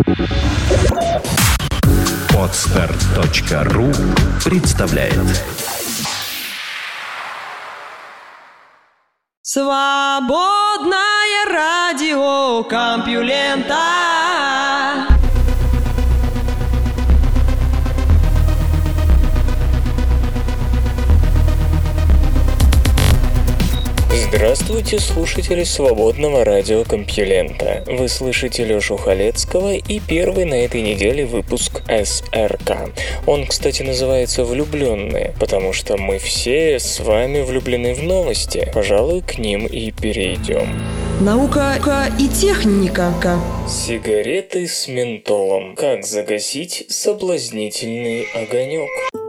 Podster.ru представляет. Свободное радио Компьюлента. Здравствуйте, слушатели свободного радио Компьюлента. Вы слышите Лёшу Халецкого и первый на этой неделе выпуск СРК. Он, кстати, называется «Влюбленные», потому что мы все с вами влюблены в новости. Пожалуй, к ним и перейдем. Наука и техника. Сигареты с ментолом. Как загасить соблазнительный огонек?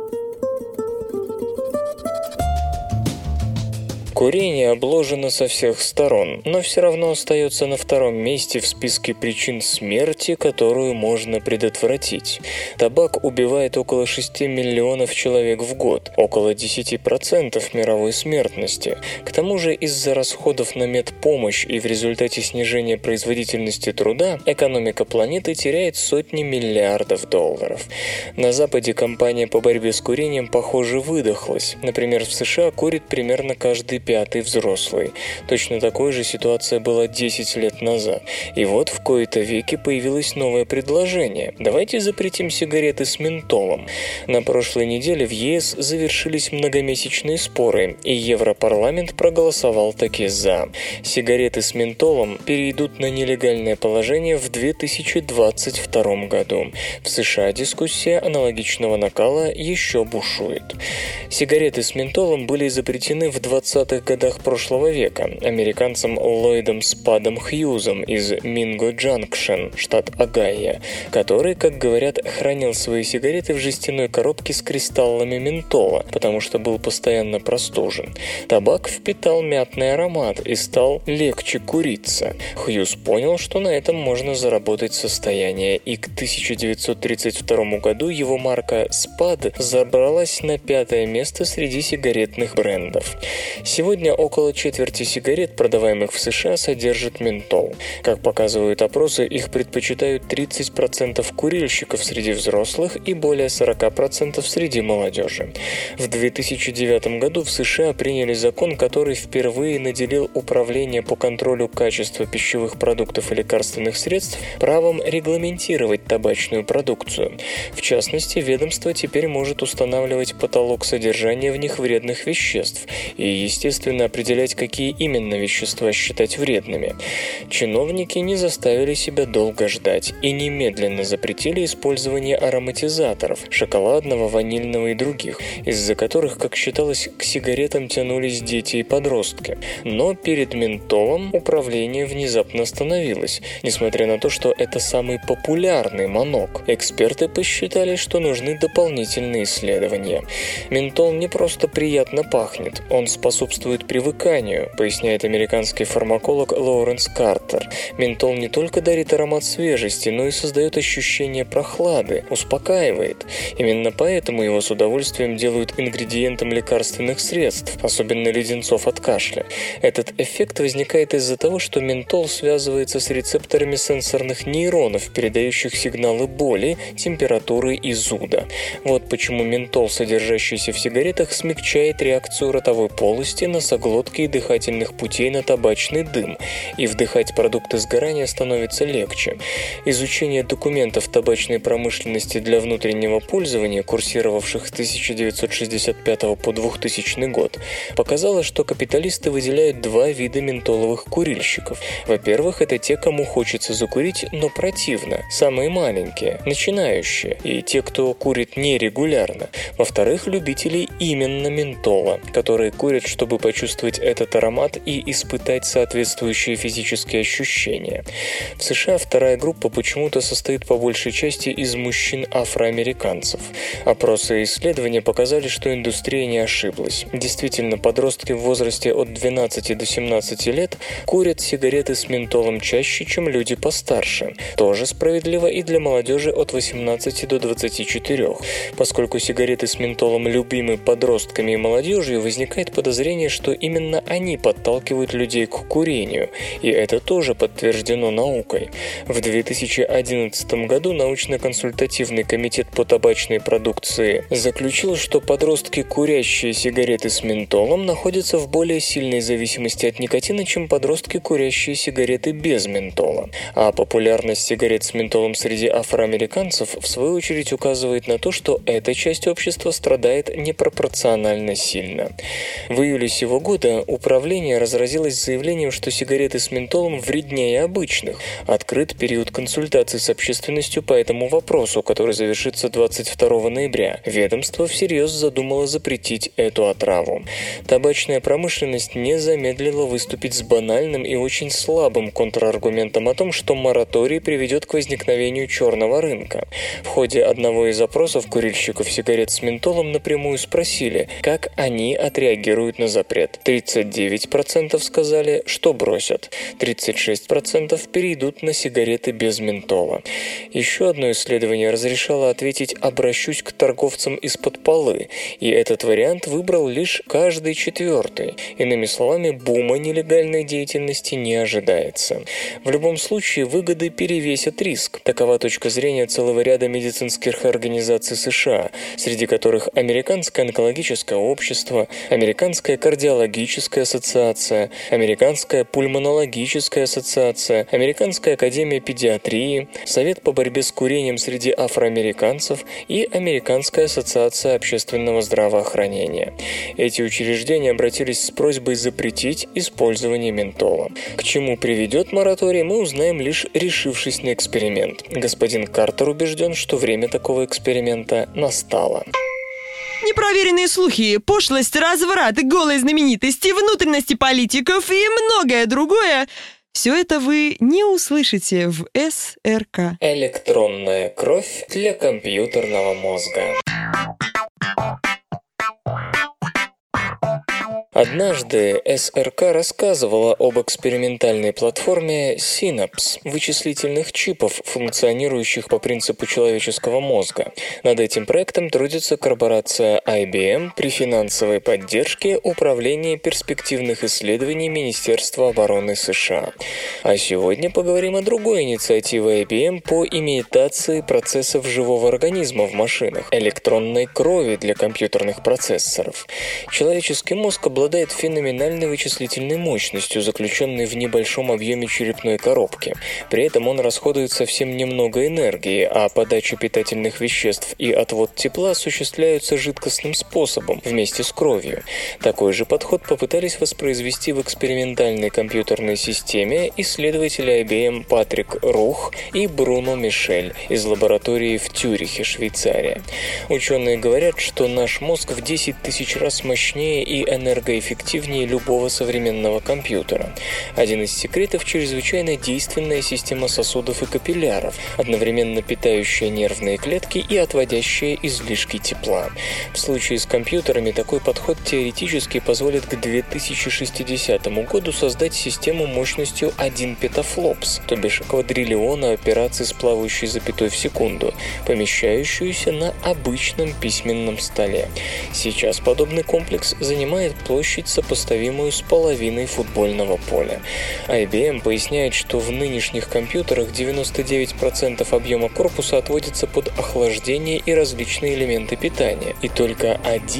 Курение обложено со всех сторон, но все равно остается на втором месте в списке причин смерти, которую можно предотвратить. Табак убивает около 6 миллионов человек в год, около 10% мировой смертности. К тому же из-за расходов на медпомощь и в результате снижения производительности труда экономика планеты теряет сотни миллиардов долларов. На Западе кампания по борьбе с курением, похоже, выдохлась. Например, в США курит примерно каждый пятый взрослый. Точно такой же ситуация была 10 лет назад. И вот в кои-то веки появилось новое предложение. Давайте запретим сигареты с ментолом. На прошлой неделе в ЕС завершились многомесячные споры, и Европарламент проголосовал таки за. Сигареты с ментолом перейдут на нелегальное положение в 2022 году. В США дискуссия аналогичного накала еще бушует. Сигареты с ментолом были изобретены в 20-х годах прошлого века американцем Ллойдом Спадом Хьюзом из Минго-Джанкшен, штат Огайо, который, как говорят, хранил свои сигареты в жестяной коробке с кристаллами ментола, потому что был постоянно простужен. Табак впитал мятный аромат и стал легче куриться. Хьюз понял, что на этом можно заработать состояние, и к 1932 году его марка Спад забралась на 5-е место среди сигаретных брендов. Сегодня около четверти сигарет, продаваемых в США, содержат ментол. Как показывают опросы, их предпочитают 30% курильщиков среди взрослых и более 40% среди молодежи. В 2009 году в США приняли закон, который впервые наделил Управление по контролю качества пищевых продуктов и лекарственных средств правом регламентировать табачную продукцию. В частности, ведомство теперь может устанавливать потолок содержания в них вредных веществ и, естественно, определять, какие именно вещества считать вредными. Чиновники не заставили себя долго ждать и немедленно запретили использование ароматизаторов – шоколадного, ванильного и других, из-за которых, как считалось, к сигаретам тянулись дети и подростки. Но перед ментолом управление внезапно остановилось, несмотря на то, что это самый популярный манок. Эксперты посчитали, что нужны дополнительные исследования. Ментол не просто приятно пахнет, он способствует привыканию, поясняет американский фармаколог Лоуренс Картер. Ментол не только дарит аромат свежести, но и создает ощущение прохлады, успокаивает. Именно поэтому его с удовольствием делают ингредиентом лекарственных средств, особенно леденцов от кашля. Этот эффект возникает из-за того, что ментол связывается с рецепторами сенсорных нейронов, передающих сигналы боли, температуры и зуда. Вот почему ментол, содержащийся в сигаретах, смягчает реакцию ротовой полости, носоглотки и дыхательных путей на табачный дым, и вдыхать продукты сгорания становится легче. Изучение документов табачной промышленности для внутреннего пользования, курсировавших с 1965 по 2000 год, показало, что капиталисты выделяют два вида ментоловых курильщиков. Во-первых, это те, кому хочется закурить, но противно, самые маленькие, начинающие, и те, кто курит нерегулярно. Во-вторых, любители именно ментола, которые курят, чтобы почувствовать этот аромат и испытать соответствующие физические ощущения. В США вторая группа почему-то состоит по большей части из мужчин-афроамериканцев. Опросы и исследования показали, что индустрия не ошиблась. Действительно, подростки в возрасте от 12 до 17 лет курят сигареты с ментолом чаще, чем люди постарше. Тоже справедливо и для молодежи от 18 до 24. Поскольку сигареты с ментолом любимы подростками и молодежью, возникает подозрение, что именно они подталкивают людей к курению, и это тоже подтверждено наукой. В 2011 году научно-консультативный комитет по табачной продукции заключил, что подростки, курящие сигареты с ментолом, находятся в более сильной зависимости от никотина, чем подростки, курящие сигареты без ментола. А популярность сигарет с ментолом среди афроамериканцев, в свою очередь, указывает на то, что эта часть общества страдает непропорционально сильно. В июле сего года управление разразилось заявлением, что сигареты с ментолом вреднее обычных. Открыт период консультаций с общественностью по этому вопросу, который завершится 22 ноября. Ведомство всерьез задумало запретить эту отраву. Табачная промышленность не замедлила выступить с банальным и очень слабым контраргументом о том, что мораторий приведет к возникновению черного рынка. В ходе одного из опросов курильщиков сигарет с ментолом напрямую спросили, как они отреагируют на запрет. 39% сказали, что бросят. 36% перейдут на сигареты без ментола. Еще одно исследование разрешало ответить «обращусь к торговцам из-под полы», и этот вариант выбрал лишь каждый четвертый. Иными словами, бума нелегальной деятельности не ожидается. В любом случае, выгоды перевесят риск. Такова точка зрения целого ряда медицинских организаций США, среди которых Американское онкологическое общество, Американская кардиологическая ассоциация, Американская пульмонологическая ассоциация, Американская академия педиатрии, Совет по борьбе с курением среди афроамериканцев и Американская ассоциация общественного здравоохранения. Эти учреждения обратились с просьбой запретить использование ментола. К чему приведет мораторий, мы узнаем, лишь решившись на эксперимент. Господин Картер убежден, что время такого эксперимента настало. Непроверенные слухи, пошлость, разврат, голые знаменитости, внутренности политиков и многое другое – все это вы не услышите в СРК. Электронная кровь для компьютерного мозга. Однажды СРК рассказывала об экспериментальной платформе Synapse вычислительных чипов, функционирующих по принципу человеческого мозга. Над этим проектом трудится корпорация IBM при финансовой поддержке Управления перспективных исследований Министерства обороны США. А сегодня поговорим о другой инициативе IBM по имитации процессов живого организма в машинах – электронной крови для компьютерных процессоров. Человеческий мозг обладает феноменальной вычислительной мощностью, заключенной в небольшом объеме черепной коробки. При этом он расходует совсем немного энергии, а подача питательных веществ и отвод тепла осуществляются жидкостным способом, вместе с кровью. Такой же подход попытались воспроизвести в экспериментальной компьютерной системе исследователи IBM Патрик Рух и Бруно Мишель из лаборатории в Тюрихе, Швейцария. Ученые говорят, что наш мозг в 10 тысяч раз мощнее и энергоэффективнее любого современного компьютера. Один из секретов – чрезвычайно действенная система сосудов и капилляров, одновременно питающая нервные клетки и отводящая излишки тепла. В случае с компьютерами такой подход теоретически позволит к 2060 году создать систему мощностью 1 петафлопс, то бишь квадриллиона операций с плавающей запятой в секунду, помещающуюся на обычном письменном столе. Сейчас подобный комплекс занимает площадь, сопоставимую с половиной футбольного поля. IBM поясняет, что в нынешних компьютерах 99% объема корпуса отводится под охлаждение и различные элементы питания, и только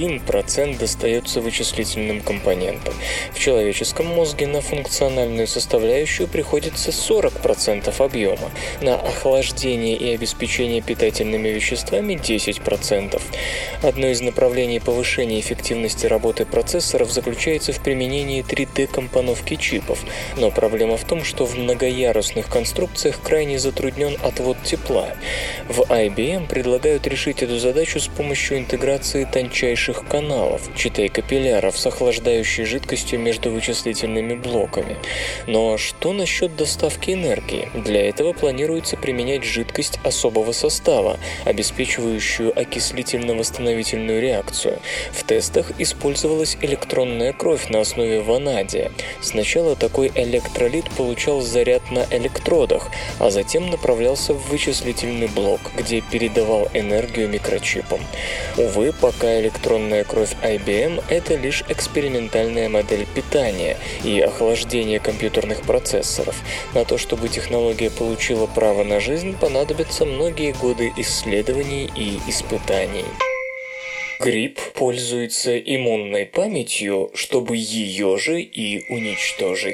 1% достается вычислительным компонентам. В человеческом мозге на функциональную составляющую приходится 40% объема, на охлаждение и обеспечение питательными веществами 10%. Одно из направлений повышения эффективности работы процессоров заключается в применении 3D-компоновки чипов, но проблема в том, что в многоярусных конструкциях крайне затруднен отвод тепла. В IBM предлагают решить эту задачу с помощью интеграции тончайших каналов, читай капилляров, с охлаждающей жидкостью между вычислительными блоками. Но что насчет доставки энергии? Для этого планируется применять жидкость особого состава, обеспечивающую окислительно-восстановительную реакцию. В тестах использовалась электронная электронная кровь на основе ванадия. Сначала такой электролит получал заряд на электродах, а затем направлялся в вычислительный блок, где передавал энергию микрочипам. Увы, пока электронная кровь IBM – это лишь экспериментальная модель питания и охлаждения компьютерных процессоров. На то, чтобы технология получила право на жизнь, понадобятся многие годы исследований и испытаний. Грипп пользуется иммунной памятью, чтобы ее же и уничтожить.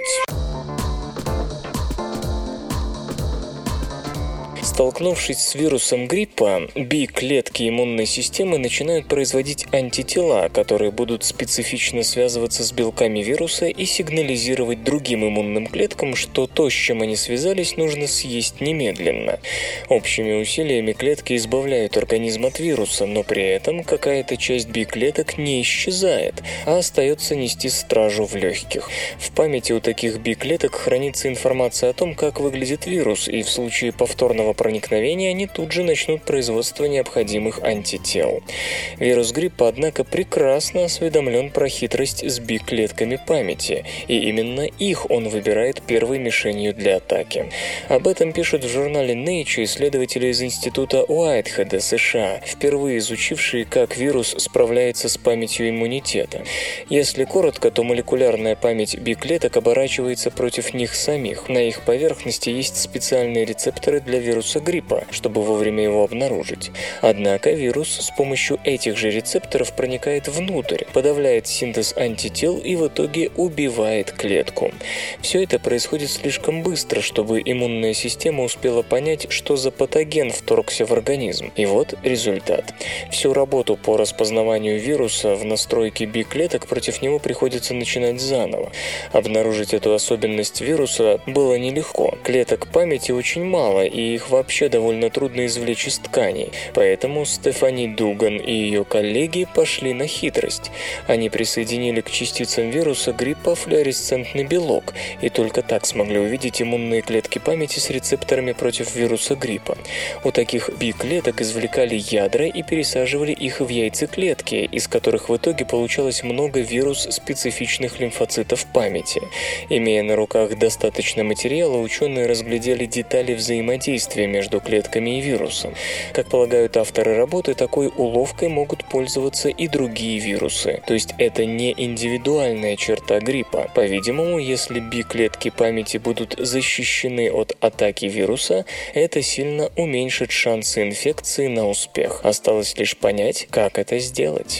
Столкнувшись с вирусом гриппа, B-клетки иммунной системы начинают производить антитела, которые будут специфично связываться с белками вируса и сигнализировать другим иммунным клеткам, что то, с чем они связались, нужно съесть немедленно. Общими усилиями клетки избавляют организм от вируса, но при этом какая-то часть B-клеток не исчезает, а остается нести стражу в легких. В памяти у таких B-клеток хранится информация о том, как выглядит вирус, и в случае повторного проникновения они тут же начнут производство необходимых антител. Вирус гриппа, однако, прекрасно осведомлен про хитрость с B-клетками памяти, и именно их он выбирает первой мишенью для атаки. Об этом пишут в журнале Nature исследователи из института Уайтхеда, США, впервые изучившие, как вирус справляется с памятью иммунитета. Если коротко, то молекулярная память B-клеток оборачивается против них самих. На их поверхности есть специальные рецепторы для вируса гриппа, чтобы вовремя его обнаружить. Однако вирус с помощью этих же рецепторов проникает внутрь, подавляет синтез антител и в итоге убивает клетку. Все это происходит слишком быстро, чтобы иммунная система успела понять, что за патоген вторгся в организм. И вот результат. Всю работу по распознаванию вируса в настройке B-клеток против него приходится начинать заново. Обнаружить эту особенность вируса было нелегко. Клеток памяти очень мало, и их вообще довольно трудно извлечь из тканей. Поэтому Стефани Дуган и ее коллеги пошли на хитрость. Они присоединили к частицам вируса гриппа флуоресцентный белок, и только так смогли увидеть иммунные клетки памяти с рецепторами против вируса гриппа. У таких B-клеток извлекали ядра и пересаживали их в яйцеклетки, из которых в итоге получалось много вирус-специфичных лимфоцитов памяти. Имея на руках достаточно материала, ученые разглядели детали взаимодействия между клетками и вирусом. Как полагают авторы работы, такой уловкой могут пользоваться и другие вирусы. То есть это не индивидуальная черта гриппа. По-видимому, если B-клетки памяти будут защищены от атаки вируса, это сильно уменьшит шансы инфекции на успех. Осталось лишь понять, как это сделать.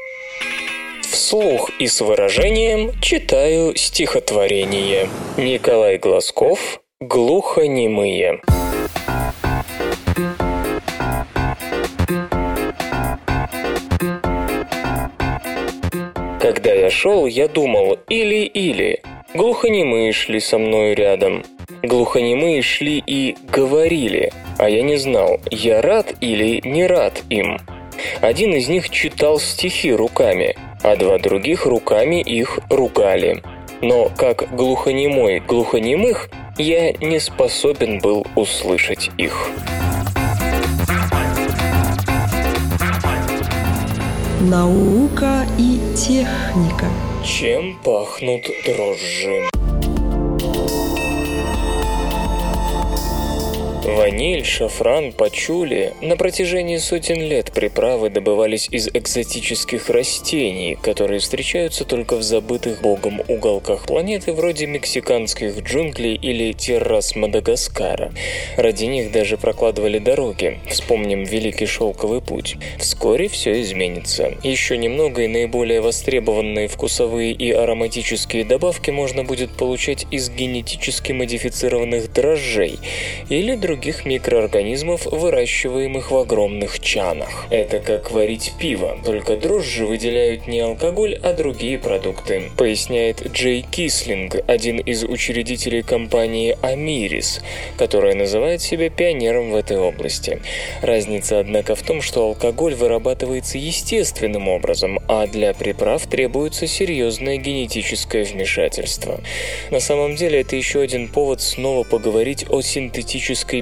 Вслух и с выражением читаю стихотворение. Николай Глазков «Глухонемые». Когда я шел, я думал или-или. Глухонемые шли со мною рядом. Глухонемые шли и говорили, а я не знал, я рад или не рад им. Один из них читал стихи руками, а два других руками их ругали. Но как глухонемой глухонемых, я не способен был услышать их. Наука и техника. Чем пахнут дрожжи? Ваниль, шафран, пачули. На протяжении сотен лет приправы добывались из экзотических растений, которые встречаются только в забытых богом уголках планеты, вроде мексиканских джунглей или террас Мадагаскара. Ради них даже прокладывали дороги. Вспомним Великий Шелковый путь. Вскоре все изменится. Еще немного, и наиболее востребованные вкусовые и ароматические добавки можно будет получать из генетически модифицированных дрожжей или других микроорганизмов, выращиваемых в огромных чанах. Это как варить пиво, только дрожжи выделяют не алкоголь, а другие продукты, поясняет Джей Кислинг, один из учредителей компании Амирис, которая называет себя пионером в этой области. Разница, однако, в том, что алкоголь вырабатывается естественным образом, а для приправ требуется серьезное генетическое вмешательство. На самом деле, это еще один повод снова поговорить о синтетической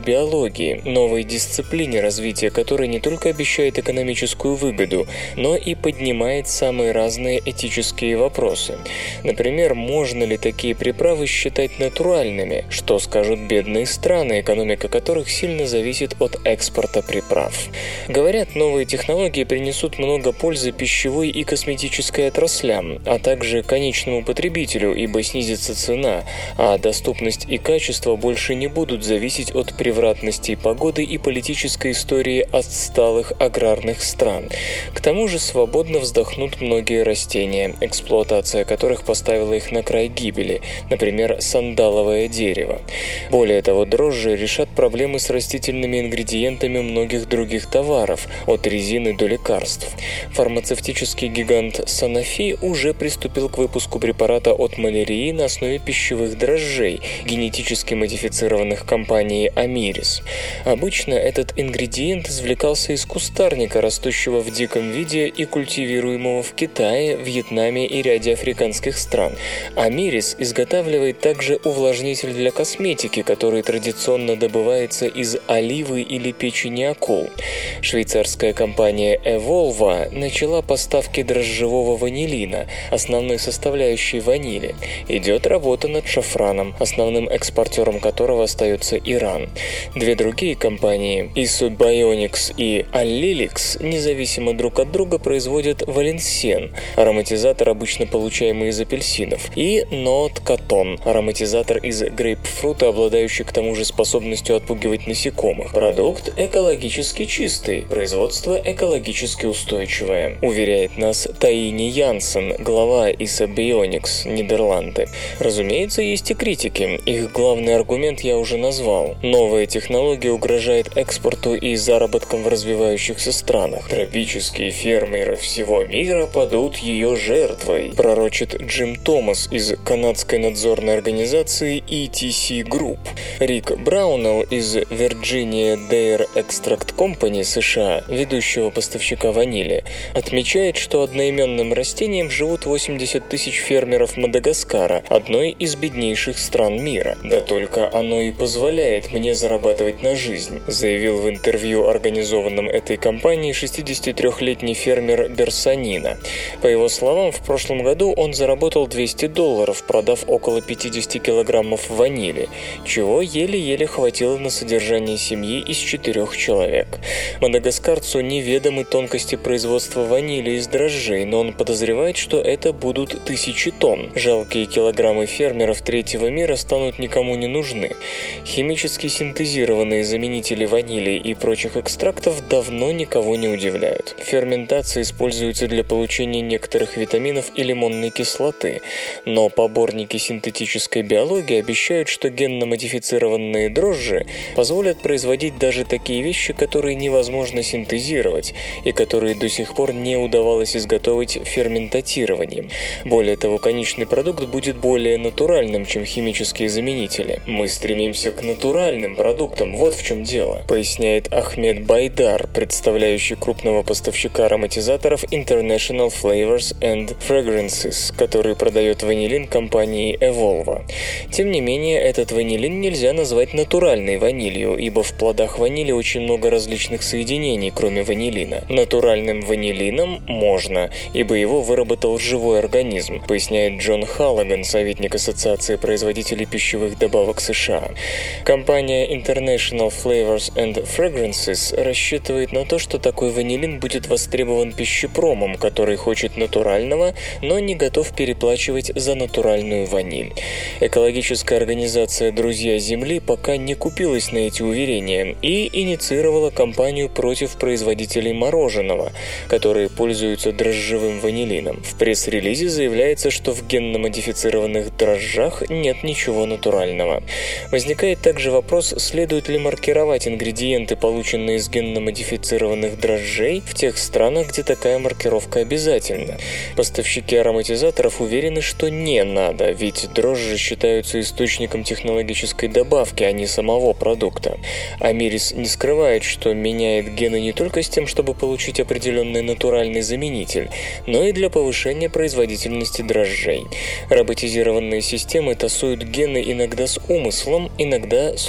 биологии, новой дисциплине, развития которой не только обещает экономическую выгоду, но и поднимает самые разные этические вопросы. Например, можно ли такие приправы считать натуральными? Что скажут бедные страны, экономика которых сильно зависит от экспорта приправ? Говорят, новые технологии принесут много пользы пищевой и косметической отраслям, а также конечному потребителю, ибо снизится цена, а доступность и качество больше не будут зависеть от превратностей погоды и политической истории отсталых аграрных стран. К тому же свободно вздохнут многие растения, эксплуатация которых поставила их на край гибели, например, сандаловое дерево. Более того, дрожжи решат проблемы с растительными ингредиентами многих других товаров, от резины до лекарств. Фармацевтический гигант Sanofi уже приступил к выпуску препарата от малярии на основе пищевых дрожжей, генетически модифицированных компанией Amyris. Обычно этот ингредиент извлекался из кустарника, растущего в диком виде и культивируемого в Китае, Вьетнаме и ряде африканских стран. Amyris изготавливает также увлажнитель для косметики, который традиционно добывается из оливы или печени акул. Швейцарская компания Evolva начала поставки дрожжевого ванилина, основной составляющей ванили. Идет работа над шафраном, основным экспортером которого остается Иран. Две другие компании, Isobionics и Allelix, независимо друг от друга производят валенсен, ароматизатор, обычно получаемый из апельсинов, и ноот-катон, ароматизатор из грейпфрута, обладающий к тому же способностью отпугивать насекомых. Продукт экологически чистый, производство экологически устойчивое, уверяет нас Таини Янсен, глава Isobionics, Нидерланды. Разумеется, есть и критики. Их главный аргумент я уже назвал. Новая технология угрожает экспорту и заработкам в развивающихся странах. Тропические фермеры всего мира падут ее жертвой, пророчит Джим Томас из канадской надзорной организации ETC Group. Рик Браунелл из Virginia Dairy Extract Company США, ведущего поставщика ванили, отмечает, что одноименным растением живут 80 тысяч фермеров Мадагаскара, одной из беднейших стран мира. Да только оно и позволяет мне зарабатывать на жизнь, заявил в интервью, организованном этой компанией, 63-летний фермер Берсанина. По его словам, в прошлом году он заработал $200, продав около 50 килограммов ванили, чего еле-еле хватило на содержание семьи из 4 человек. Мадагаскарцу неведомы тонкости производства ванили из дрожжей, но он подозревает, что это будут 1000 тонн. Жалкие килограммы фермеров третьего мира станут никому не нужны. Химически синтезированные заменители ванили и прочих экстрактов давно никого не удивляют. Ферментация используется для получения некоторых витаминов и лимонной кислоты, но поборники синтетической биологии обещают, что генно-модифицированные дрожжи позволят производить даже такие вещи, которые невозможно синтезировать и которые до сих пор не удавалось изготовить ферментатированием. Более того, конечный продукт будет более натуральным, чем химические заменители. Мы стремимся к натуральным продуктам, вот в чем дело, поясняет Ахмед Байдар, представляющий крупного поставщика ароматизаторов International Flavors and Fragrances, который продает ванилин компании Evolva. Тем не менее, этот ванилин нельзя назвать натуральной ванилью, ибо в плодах ванили очень много различных соединений, кроме ванилина. Натуральным ванилином можно, ибо его выработал живой организм, поясняет Джон Халлаган, советник Ассоциации производителей пищевых добавок США. Компания International Flavors and Fragrances рассчитывает на то, что такой ванилин будет востребован пищепромом, который хочет натурального, но не готов переплачивать за натуральную ваниль. Экологическая организация «Друзья Земли» пока не купилась на эти уверения и инициировала кампанию против производителей мороженого, которые пользуются дрожжевым ванилином. В пресс-релизе заявляется, что в генно-модифицированных дрожжах нет ничего натурального. Возникает также вопрос, следует ли маркировать ингредиенты, полученные из генно-модифицированных дрожжей, в тех странах, где такая маркировка обязательна. Поставщики ароматизаторов уверены, что не надо, ведь дрожжи считаются источником технологической добавки, а не самого продукта. Amyris не скрывает, что меняет гены не только с тем, чтобы получить определенный натуральный заменитель, но и для повышения производительности дрожжей. Роботизированные системы тасуют гены иногда с умыслом, иногда случайно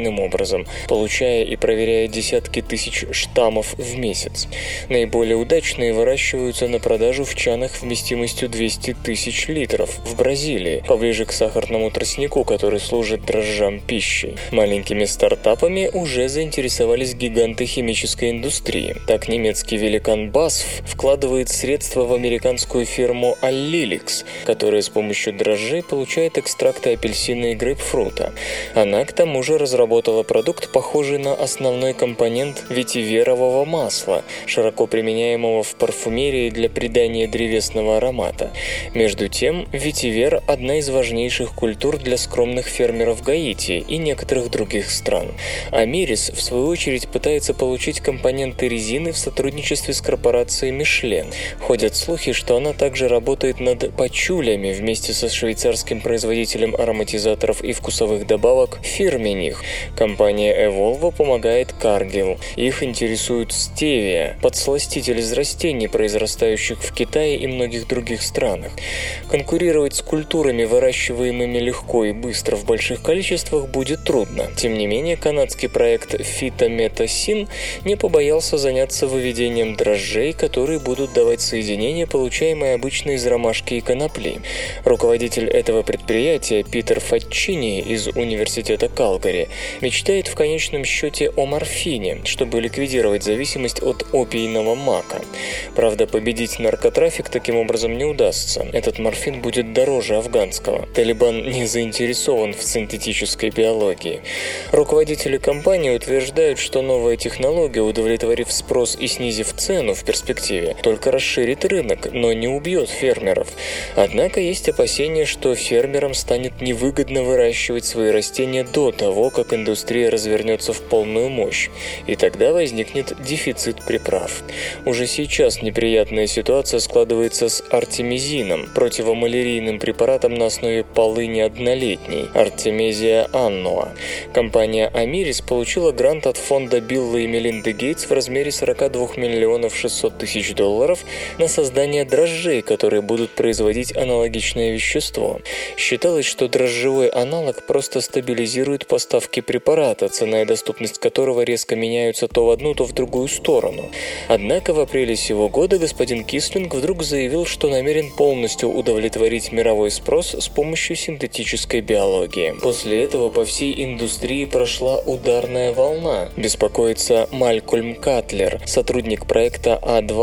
случайным образом, получая и проверяя десятки тысяч штаммов в месяц. Наиболее удачные выращиваются на продажу в чанах вместимостью 200 тысяч литров в Бразилии, поближе к сахарному тростнику, который служит дрожжам пищей. Маленькими стартапами уже заинтересовались гиганты химической индустрии. Так, немецкий великан BASF вкладывает средства в американскую фирму Allilix, которая с помощью дрожжей получает экстракты апельсина и грейпфрута. Она, к тому же, разработала продукт, похожий на основной компонент ветиверового масла, широко применяемого в парфюмерии для придания древесного аромата. Между тем, ветивер – одна из важнейших культур для скромных фермеров Гаити и некоторых других стран. Америс, в свою очередь, пытается получить компоненты резины в сотрудничестве с корпорацией Michelin. Ходят слухи, что она также работает над пачулями вместе со швейцарским производителем ароматизаторов и вкусовых добавок Firmenich. Компания Evolvo помогает Cargill. Их интересует стевия, подсластитель из растений, произрастающих в Китае и многих других странах. Конкурировать с культурами, выращиваемыми легко и быстро в больших количествах, будет трудно. Тем не менее, канадский проект Phytometacin не побоялся заняться выведением дрожжей, которые будут давать соединения, получаемые обычно из ромашки и конопли. Руководитель этого предприятия Питер Фаччини из Университета Калгари мечтает в конечном счете о морфине, чтобы ликвидировать зависимость от опийного мака. Правда, победить наркотрафик таким образом не удастся. Этот морфин будет дороже афганского. Талибан не заинтересован в синтетической биологии. Руководители компании утверждают, что новая технология, удовлетворив спрос и снизив цену в перспективе, только расширит рынок, но не убьет фермеров. Однако есть опасения, что фермерам станет невыгодно выращивать свои растения до того, как индустрия развернется в полную мощь, и тогда возникнет дефицит приправ. Уже сейчас неприятная ситуация складывается с артемизином, противомалярийным препаратом на основе полыни однолетней, Artemisia annua. Компания Amyris получила грант от фонда Билла и Мелинды Гейтс в размере $42 миллионов $600 тысяч на создание дрожжей, которые будут производить аналогичное вещество. Считалось, что дрожжевой аналог просто стабилизирует поставки препарата, цена и доступность которого резко меняются то в одну, то в другую сторону. Однако в апреле сего года господин Кислинг вдруг заявил, что намерен полностью удовлетворить мировой спрос с помощью синтетической биологии. После этого по всей индустрии прошла ударная волна, беспокоится Малькольм Катлер, сотрудник проекта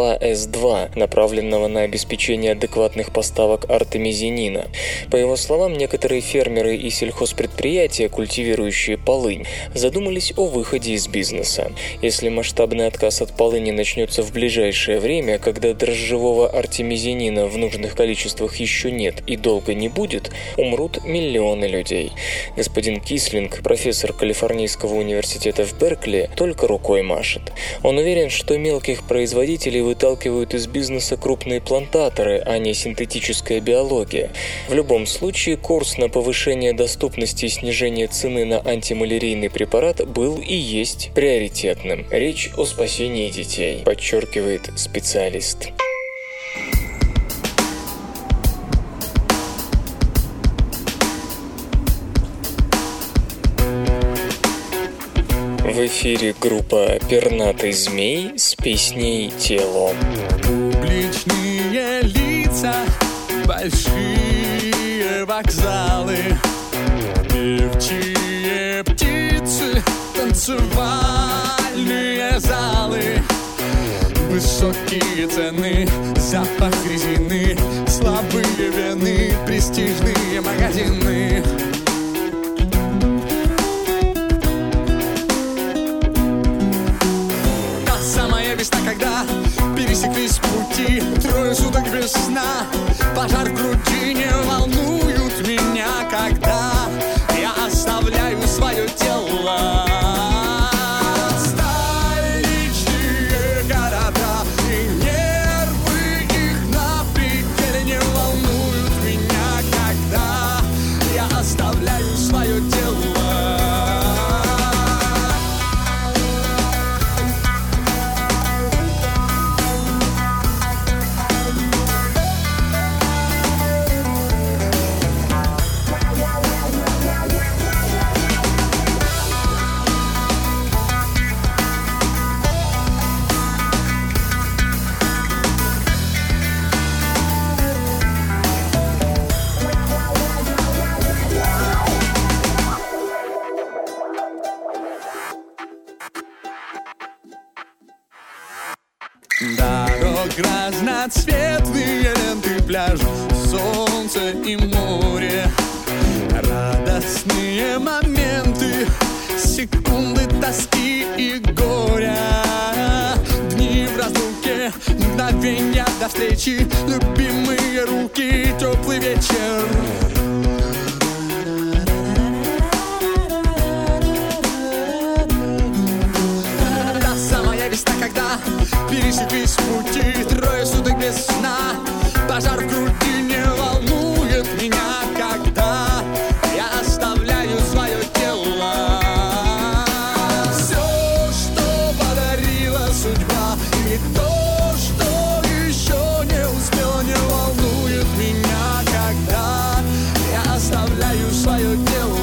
А2С2, направленного на обеспечение адекватных поставок артемизинина. По его словам, некоторые фермеры и сельхозпредприятия, культивирующие полынь, задумались о выходе из бизнеса. Если масштабный отказ от полыни начнется в ближайшее время, когда дрожжевого артемизинина в нужных количествах еще нет и долго не будет, умрут миллионы людей. Господин Кислинг, профессор Калифорнийского университета в Беркли, только рукой машет. Он уверен, что мелких производителей выталкивают из бизнеса крупные плантаторы, а не синтетическая биология. В любом случае, курс на повышение доступности и снижение цены на антималярийный препарат был и есть приоритетным. Речь о спасении детей, подчеркивает специалист. В эфире группа «Пернатый змей» с песней «Тело». Публичные лица, большие вокзалы, певчие птицы, танцевальные залы, высокие цены, запах резины, слабые вины, престижные магазины. Весна, когда пересеклись пути, трое суток без сна, пожар в груди не волнуют меня, когда я оставляю свое тело. Столичные города и нервы их на пределе не волнуют меня, когда я оставляю свое тело. Дорог разноцветные ленты, пляж, солнце и море. Радостные моменты, секунды тоски и горя. Дни в разлуке, мгновенья до встречи, любимые руки, теплый вечер. Та самая весна, когда пересеклись пути, трое суток без сна. Пожар в груди не волнует меня, когда я оставляю свое тело. Все, что подарила судьба, и то, что еще не успела, не волнует меня, когда я оставляю свое тело.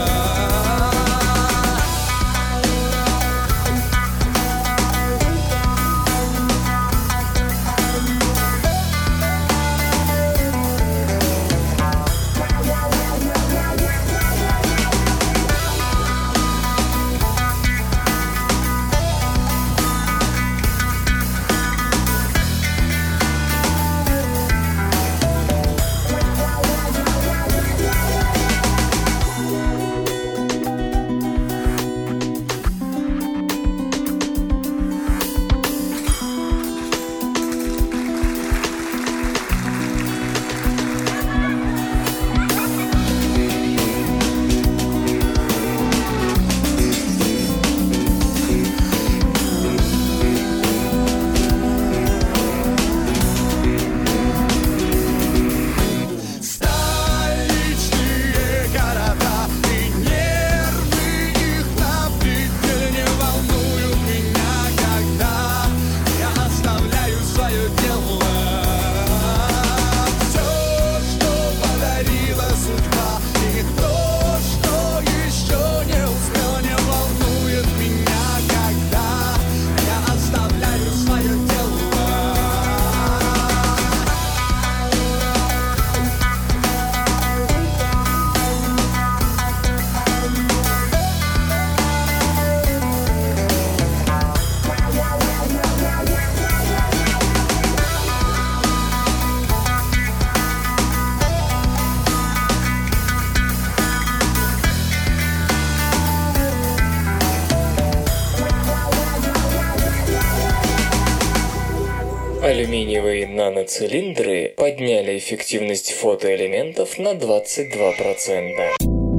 Алюминиевые наноцилиндры подняли эффективность фотоэлементов на 22%.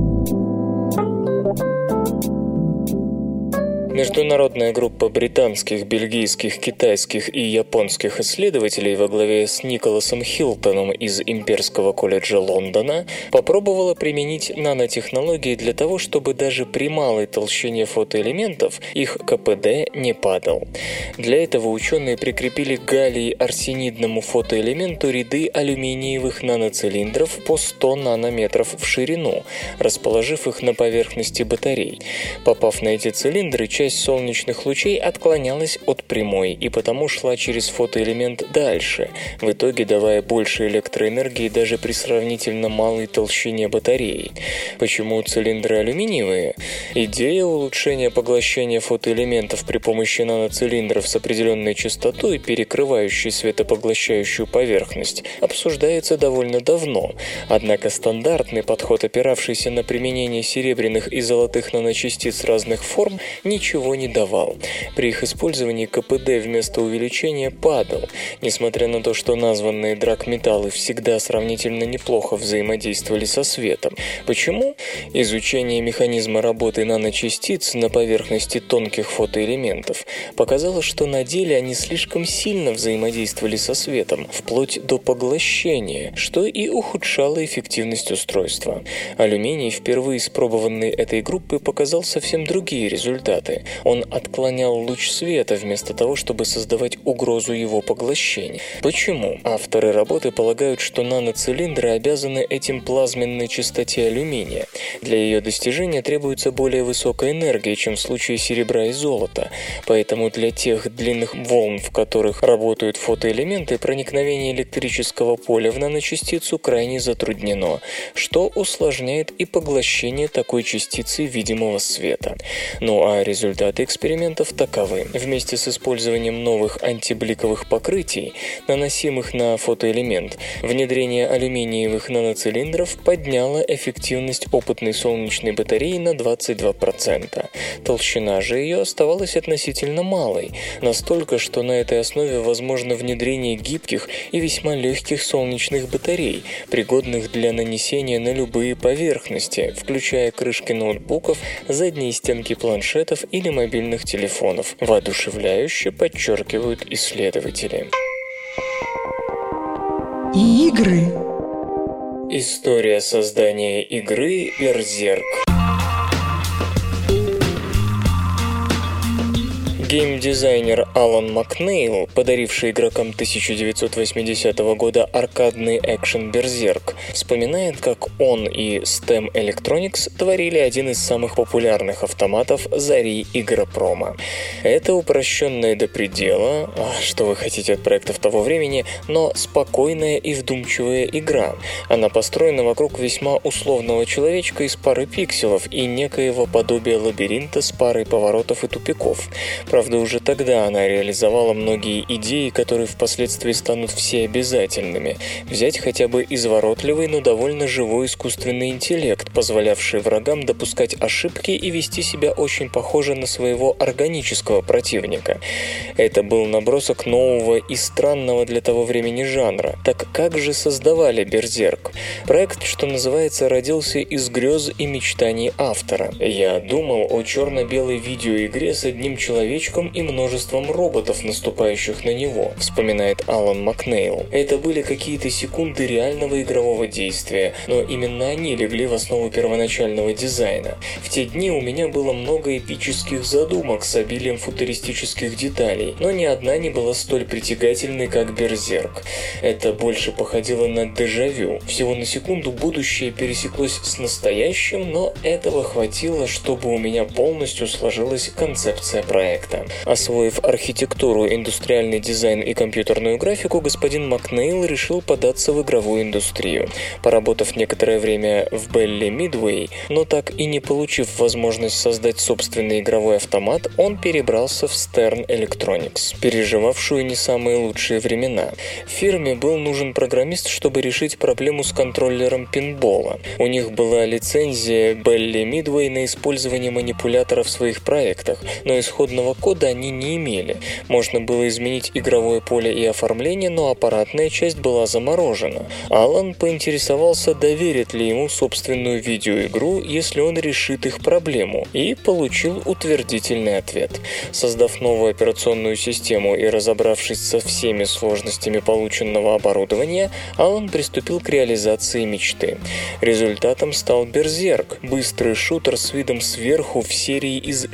Международная группа британских, бельгийских, китайских и японских исследователей во главе с Николасом Хилтоном из Имперского колледжа Лондона попробовала применить нанотехнологии для того, чтобы даже при малой толщине фотоэлементов их КПД не падал. Для этого ученые прикрепили к галлий-арсенидному фотоэлементу ряды алюминиевых наноцилиндров по 100 нанометров в ширину, расположив их на поверхности батарей. Попав на эти цилиндры, часть солнечных лучей отклонялась от прямой и потому шла через фотоэлемент дальше, в итоге давая больше электроэнергии даже при сравнительно малой толщине батареи. Почему цилиндры алюминиевые? Идея улучшения поглощения фотоэлементов при помощи наноцилиндров с определенной частотой, перекрывающей светопоглощающую поверхность, обсуждается довольно давно. Однако стандартный подход, опиравшийся на применение серебряных и золотых наночастиц разных форм, ничего не давал. При их использовании КПД вместо увеличения падал, несмотря на то, что названные драгметаллы всегда сравнительно неплохо взаимодействовали со светом. Почему? Изучение механизма работы наночастиц на поверхности тонких фотоэлементов показало, что на деле они слишком сильно взаимодействовали со светом, вплоть до поглощения, что и ухудшало эффективность устройства. Алюминий, впервые испробованный этой группой, показал совсем другие результаты. Он отклонял луч света вместо того, чтобы создавать угрозу его поглощения. Почему? Авторы работы полагают, что наноцилиндры обязаны этим плазменной частоте алюминия. Для ее достижения требуется более высокая энергия, чем в случае серебра и золота. Поэтому для тех длинных волн, в которых работают фотоэлементы, проникновение электрического поля в наночастицу крайне затруднено, что усложняет и поглощение такой частицы видимого света. Ну а результат Результаты экспериментов таковы. Вместе с использованием новых антибликовых покрытий, наносимых на фотоэлемент, внедрение алюминиевых наноцилиндров подняло эффективность опытной солнечной батареи на 22%. Толщина же ее оставалась относительно малой, настолько, что на этой основе возможно внедрение гибких и весьма легких солнечных батарей, пригодных для нанесения на любые поверхности, включая крышки ноутбуков, задние стенки планшетов или мобильных телефонов, воодушевляюще подчеркивают исследователи. Игры. История создания игры «Берзерк». Геймдизайнер Алан Макнейл, подаривший игрокам 1980 года аркадный экшен «Берзерк», вспоминает, как он и STEM Electronics творили один из самых популярных автоматов зари игропрома. Это упрощенная до предела, что вы хотите от проектов того времени, но спокойная и вдумчивая игра. Она построена вокруг весьма условного человечка из пары пикселов и некоего подобия лабиринта с парой поворотов и тупиков. Правда, уже тогда она реализовала многие идеи, которые впоследствии станут всеобязательными. Взять хотя бы изворотливый, но довольно живой искусственный интеллект, позволявший врагам допускать ошибки и вести себя очень похоже на своего органического противника. Это был набросок нового и странного для того времени жанра. Так как же создавали «Берзерк»? Проект, что называется, родился из грез и мечтаний автора. «Я думал о черно-белой видеоигре с одним человечком и множеством роботов, наступающих на него», вспоминает Алан Макнейл. Это были какие-то секунды реального игрового действия, но именно они легли в основу первоначального дизайна. В те дни у меня было много эпических задумок с обилием футуристических деталей, но ни одна не была столь притягательной, как «Берзерк». Это больше походило на дежавю. Всего на секунду будущее пересеклось с настоящим, но этого хватило, чтобы у меня полностью сложилась концепция проекта. Освоив архитектуру, индустриальный дизайн и компьютерную графику, господин Макнейл решил податься в игровую индустрию. Поработав некоторое время в Белли Мидвей, но так и не получив возможность создать собственный игровой автомат, он перебрался в Stern Electronics, переживавшую не самые лучшие времена. Фирме был нужен программист, чтобы решить проблему с контроллером пинбола. У них была лицензия Белли Мидвей на использование манипулятора в своих проектах, но исходного кода они не имели. Можно было изменить игровое поле и оформление, но аппаратная часть была заморожена. Алан поинтересовался, доверит ли ему собственную видеоигру, если он решит их проблему, и получил утвердительный ответ. Создав новую операционную систему и разобравшись со всеми сложностями полученного оборудования, Алан приступил к реализации мечты. Результатом стал «Берзерк» — быстрый шутер с видом сверху в серии из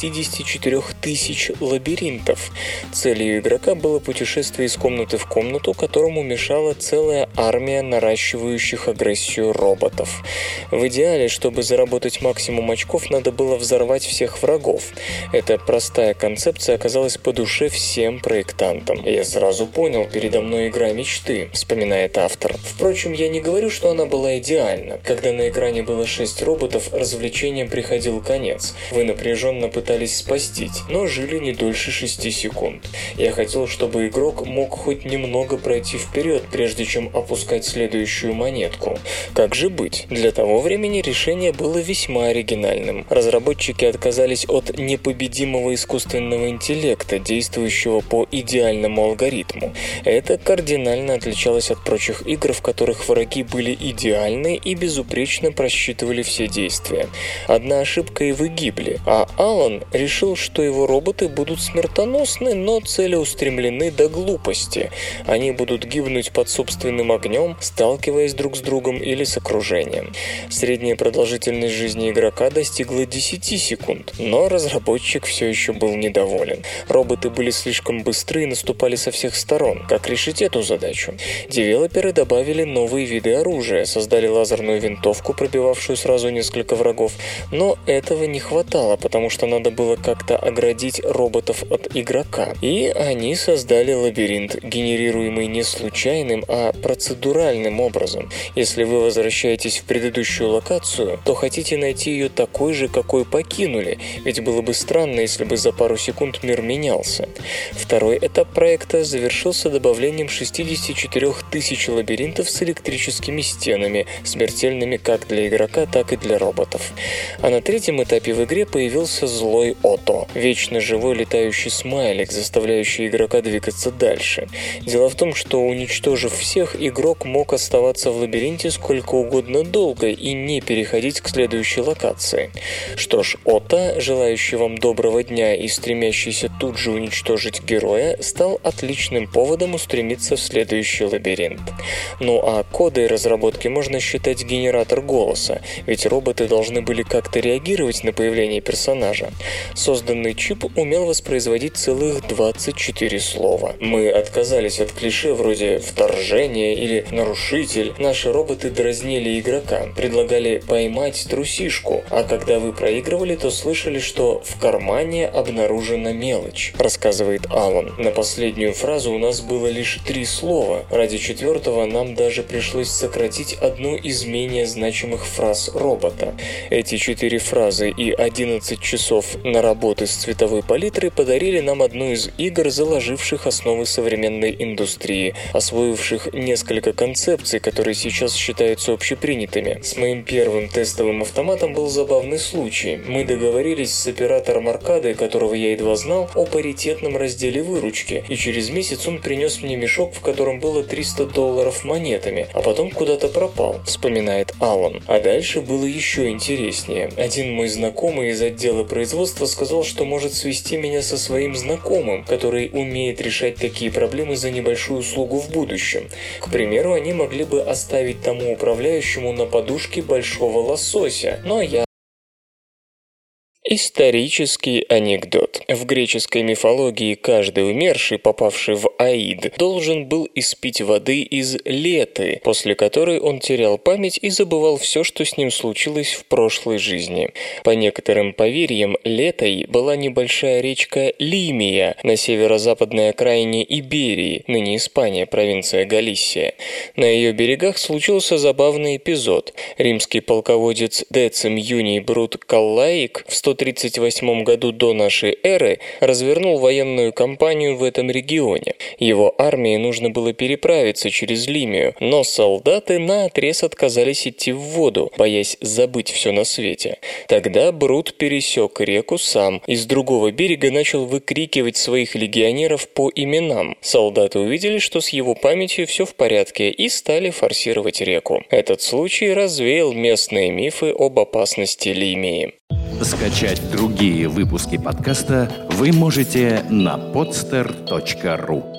64 тысяч лабиринтов. Целью игрока было путешествие из комнаты в комнату, которому мешала целая армия наращивающих агрессию роботов. В идеале, чтобы заработать максимум очков, надо было взорвать всех врагов. Эта простая концепция оказалась по душе всем проектантам. «Я сразу понял, передо мной игра мечты», — вспоминает автор. Впрочем, я не говорю, что она была идеальна. Когда на экране было 6 роботов, развлечениям приходил конец. Вы напряженно пытались спастись, но жили не дольше 6 секунд. Я хотел, чтобы игрок мог хоть немного пройти вперед, прежде чем опускать следующую монетку. Как же быть? Для того времени решение было весьма оригинальным. Разработчики отказались от непобедимого искусственного интеллекта, действующего по идеальному алгоритму. Это кардинально отличалось от прочих игр, в которых враги были идеальны и безупречно просчитывали все действия. Одна ошибка и вы гибли, а Алан решил, что его роботы будут смертоносны, но целеустремлены до глупости. Они будут гибнуть под собственным огнем, сталкиваясь друг с другом или с окружением. Средняя продолжительность жизни игрока достигла 10 секунд, но разработчик все еще был недоволен. Роботы были слишком быстры и наступали со всех сторон. Как решить эту задачу? Девелоперы добавили новые виды оружия, создали лазерную винтовку, пробивавшую сразу несколько врагов, но этого не хватало, потому что надо было как-то оградить роботов от игрока. И они создали лабиринт, генерируемый не случайно, случайным, а процедуральным образом. Если вы возвращаетесь в предыдущую локацию, то хотите найти ее такой же, какой покинули, ведь было бы странно, если бы за пару секунд мир менялся. Второй этап проекта завершился добавлением 64 тысяч лабиринтов с электрическими стенами, смертельными как для игрока, так и для роботов. А на третьем этапе в игре появился злой Ото, вечно живой летающий смайлик, заставляющий игрока двигаться дальше. Дело в том, что, уничтожив всех, игрок мог оставаться в лабиринте сколько угодно долго и не переходить к следующей локации. Что ж, Ото, желающий вам доброго дня и стремящийся тут же уничтожить героя, стал отличным поводом устремиться в следующий лабиринт. Ну а кодой разработки можно считать генератор голоса, ведь роботы должны были как-то реагировать на появление персонажа. Созданный чип умел воспроизводить целых 24 слова. Мы отказались от клише вроде «вторжение» или «нарушитель». Наши роботы дразнили игрока, предлагали поймать трусишку, а когда вы проигрывали, то слышали, что «в кармане обнаружена мелочь», рассказывает Алан. На последнюю фразу у нас было лишь 3 слова. Ради 4-го нам даже пришлось сократить одну из менее значимых фраз робота. Эти 4 фразы и 11 часов на работы с цветовой палитрой подарили нам одну из игр, заложивших основы современной индустрии, освоивших несколько концепций, которые сейчас считаются общепринятыми. С моим первым тестовым автоматом был забавный случай. Мы договорились с оператором аркады, которого я едва знал, о паритетном разделе выручки, и через месяц он принес мне мешок, в котором было $300 монетами, а потом куда-то пропал, вспоминает Алан. А дальше было еще интереснее. Один мой знакомый из отдела производства сказал, что может свести меня со своим знакомым, который умеет решать такие проблемы за небольшую услугу в будущем. К примеру, они могли бы оставить тому управляющему на подушке большого лосося, но я... Исторический анекдот. В греческой мифологии каждый умерший, попавший в Аид, должен был испить воды из Леты, после которой он терял память и забывал все, что с ним случилось в прошлой жизни. По некоторым поверьям, Летой была небольшая речка Лимия на северо-западной окраине Иберии, ныне Испания, провинция Галисия. На ее берегах случился забавный эпизод. Римский полководец Децим Юний Брут Каллаик в 138 году до нашей эры развернул военную кампанию в этом регионе. Его армии нужно было переправиться через Лимию, но солдаты наотрез отказались идти в воду, боясь забыть все на свете. Тогда Брут пересек реку сам и с другого берега начал выкрикивать своих легионеров по именам. Солдаты увидели, что с его памятью все в порядке, и стали форсировать реку. Этот случай развеял местные мифы об опасности Лимии. Скачать другие выпуски подкаста вы можете на podster.ru.